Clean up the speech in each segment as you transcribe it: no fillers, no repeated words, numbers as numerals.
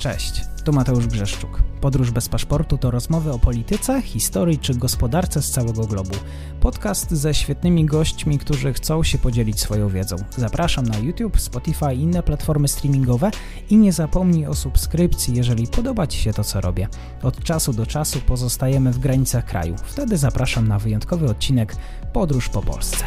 Cześć, tu Mateusz Brzeszczuk. Podróż bez paszportu to rozmowy o polityce, historii czy gospodarce z całego globu. Podcast ze świetnymi gośćmi, którzy chcą się podzielić swoją wiedzą. Zapraszam na YouTube, Spotify i inne platformy streamingowe i nie zapomnij o subskrypcji, jeżeli podoba Ci się to, co robię. Od czasu do czasu pozostajemy w granicach kraju. Wtedy zapraszam na wyjątkowy odcinek Podróż po Polsce.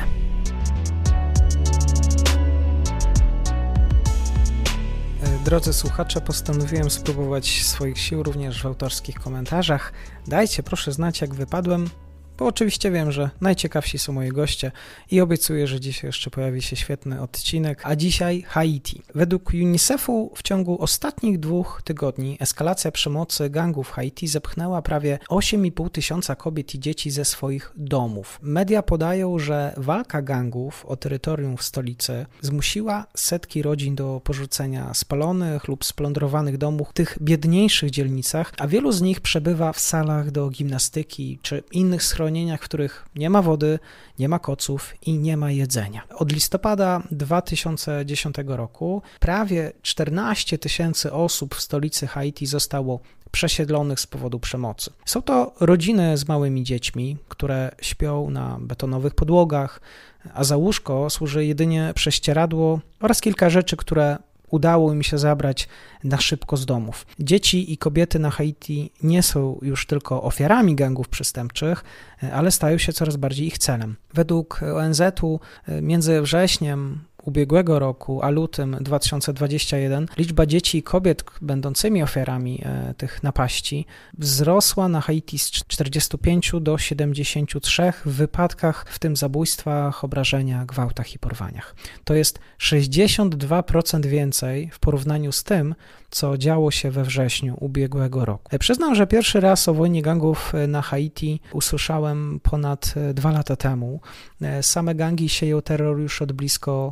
Drodzy słuchacze, postanowiłem spróbować swoich sił również w autorskich komentarzach. Dajcie proszę znać, jak wypadłem, bo oczywiście wiem, że najciekawsi są moi goście i obiecuję, że dzisiaj jeszcze pojawi się świetny odcinek. A dzisiaj Haiti. Według UNICEF-u w ciągu ostatnich 2 tygodni eskalacja przemocy gangów w Haiti zepchnęła prawie 8,5 tysiąca kobiet i dzieci ze swoich domów. Media podają, że walka gangów o terytorium w stolicy zmusiła setki rodzin do porzucenia spalonych lub splądrowanych domów w tych biedniejszych dzielnicach, a wielu z nich przebywa w salach do gimnastyki czy innych schronieniach, w których nie ma wody, nie ma koców i nie ma jedzenia. Od listopada 2010 roku prawie 14 tysięcy osób w stolicy Haiti zostało przesiedlonych z powodu przemocy. Są to rodziny z małymi dziećmi, które śpią na betonowych podłogach, a za łóżko służy jedynie prześcieradło oraz kilka rzeczy, które udało im się zabrać na szybko z domów. Dzieci i kobiety na Haiti nie są już tylko ofiarami gangów przestępczych, ale stają się coraz bardziej ich celem. Według ONZ-u między wrześniem ubiegłego roku a lutym 2021 liczba dzieci i kobiet będącymi ofiarami tych napaści wzrosła na Haiti z 45 do 73 w wypadkach, w tym zabójstwach, obrażeniach, gwałtach i porwaniach. To jest 62% więcej w porównaniu z tym, co działo się we wrześniu ubiegłego roku. Przyznam, że pierwszy raz o wojnie gangów na Haiti usłyszałem ponad 2 lata temu. Same gangi sieją terror już od blisko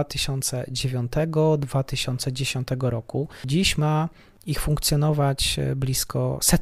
2009-2010 roku. Dziś ma ich funkcjonować blisko 100.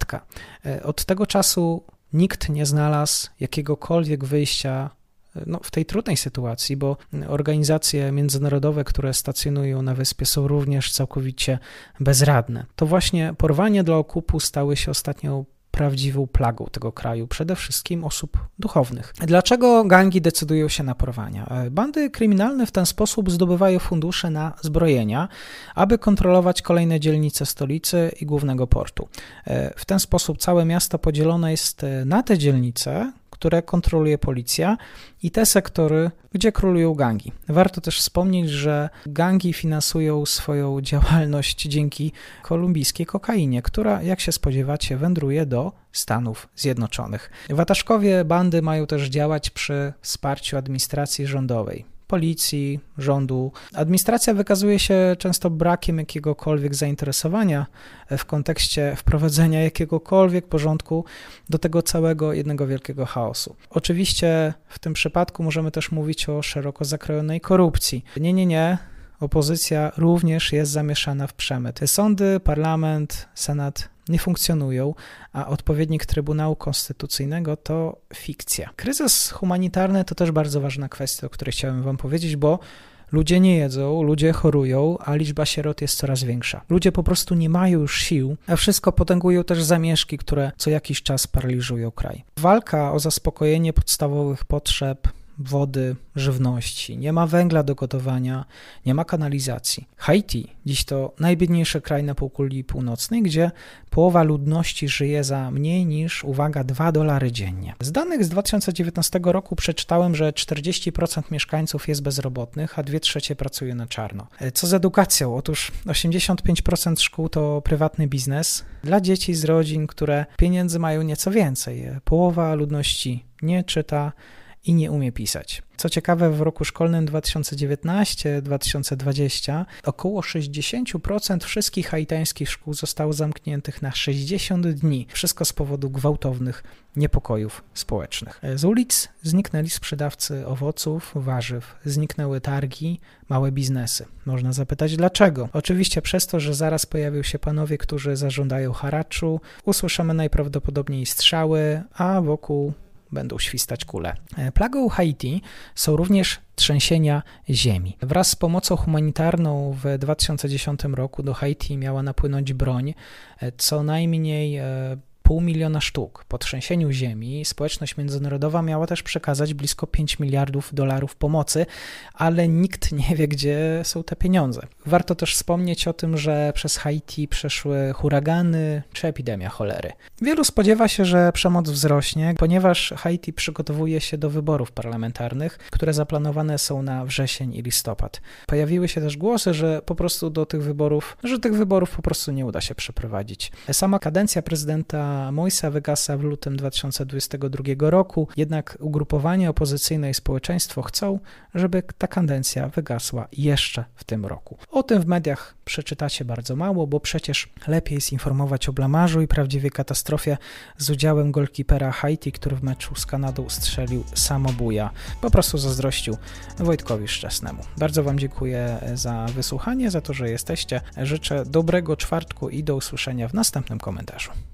Od tego czasu nikt nie znalazł jakiegokolwiek wyjścia w tej trudnej sytuacji, bo organizacje międzynarodowe, które stacjonują na wyspie, są również całkowicie bezradne. To właśnie porwania dla okupu stały się ostatnio prawdziwą plagą tego kraju, przede wszystkim osób duchownych. Dlaczego gangi decydują się na porwania? Bandy kryminalne w ten sposób zdobywają fundusze na zbrojenia, aby kontrolować kolejne dzielnice stolicy i głównego portu. W ten sposób całe miasto podzielone jest na te dzielnice, które kontroluje policja, i te sektory, gdzie królują gangi. Warto też wspomnieć, że gangi finansują swoją działalność dzięki kolumbijskiej kokainie, która, jak się spodziewacie, wędruje do Stanów Zjednoczonych. Watażkowie bandy mają też działać przy wsparciu administracji rządowej, policji, rządu. Administracja wykazuje się często brakiem jakiegokolwiek zainteresowania w kontekście wprowadzenia jakiegokolwiek porządku do tego całego jednego wielkiego chaosu. Oczywiście w tym przypadku możemy też mówić o szeroko zakrojonej korupcji. Nie. Opozycja również jest zamieszana w przemyt. Sądy, parlament, senat nie funkcjonują, a odpowiednik Trybunału Konstytucyjnego to fikcja. Kryzys humanitarny to też bardzo ważna kwestia, o której chciałem wam powiedzieć, bo ludzie nie jedzą, ludzie chorują, a liczba sierot jest coraz większa. Ludzie po prostu nie mają już sił, a wszystko potęgują też zamieszki, które co jakiś czas paraliżują kraj. Walka o zaspokojenie podstawowych potrzeb, wody, żywności, nie ma węgla do gotowania, nie ma kanalizacji. Haiti dziś to najbiedniejszy kraj na półkuli północnej, gdzie połowa ludności żyje za mniej niż, uwaga, $2 dziennie. Z danych z 2019 roku przeczytałem, że 40% mieszkańców jest bezrobotnych, a 2/3 pracuje na czarno. Co z edukacją? Otóż 85% szkół to prywatny biznes dla dzieci z rodzin, które pieniędzy mają nieco więcej. Połowa ludności nie czyta i nie umie pisać. Co ciekawe, w roku szkolnym 2019-2020 około 60% wszystkich haitańskich szkół zostało zamkniętych na 60 dni. Wszystko z powodu gwałtownych niepokojów społecznych. Z ulic zniknęli sprzedawcy owoców, warzyw, zniknęły targi, małe biznesy. Można zapytać dlaczego? Oczywiście przez to, że zaraz pojawią się panowie, którzy zażądają haraczu, usłyszymy najprawdopodobniej strzały, a wokół będą świstać kule. Plagą Haiti są również trzęsienia ziemi. Wraz z pomocą humanitarną w 2010 roku do Haiti miała napłynąć broń, co najmniej 500 000 sztuk. Po trzęsieniu ziemi społeczność międzynarodowa miała też przekazać blisko $5 miliardów pomocy, ale nikt nie wie, gdzie są te pieniądze. Warto też wspomnieć o tym, że przez Haiti przeszły huragany czy epidemia cholery. Wielu spodziewa się, że przemoc wzrośnie, ponieważ Haiti przygotowuje się do wyborów parlamentarnych, które zaplanowane są na wrzesień i listopad. Pojawiły się też głosy, że po prostu tych wyborów po prostu nie uda się przeprowadzić. Sama kadencja prezydenta Moïsa wygasa w lutym 2022 roku, jednak ugrupowania opozycyjne i społeczeństwo chcą, żeby ta kadencja wygasła jeszcze w tym roku. O tym w mediach przeczytacie bardzo mało, bo przecież lepiej jest informować o blamarzu i prawdziwej katastrofie z udziałem golkipera Haiti, który w meczu z Kanadą strzelił samobuja. Po prostu zazdrościł Wojtkowi Szczesnemu. Bardzo Wam dziękuję za wysłuchanie, za to, że jesteście. Życzę dobrego czwartku i do usłyszenia w następnym komentarzu.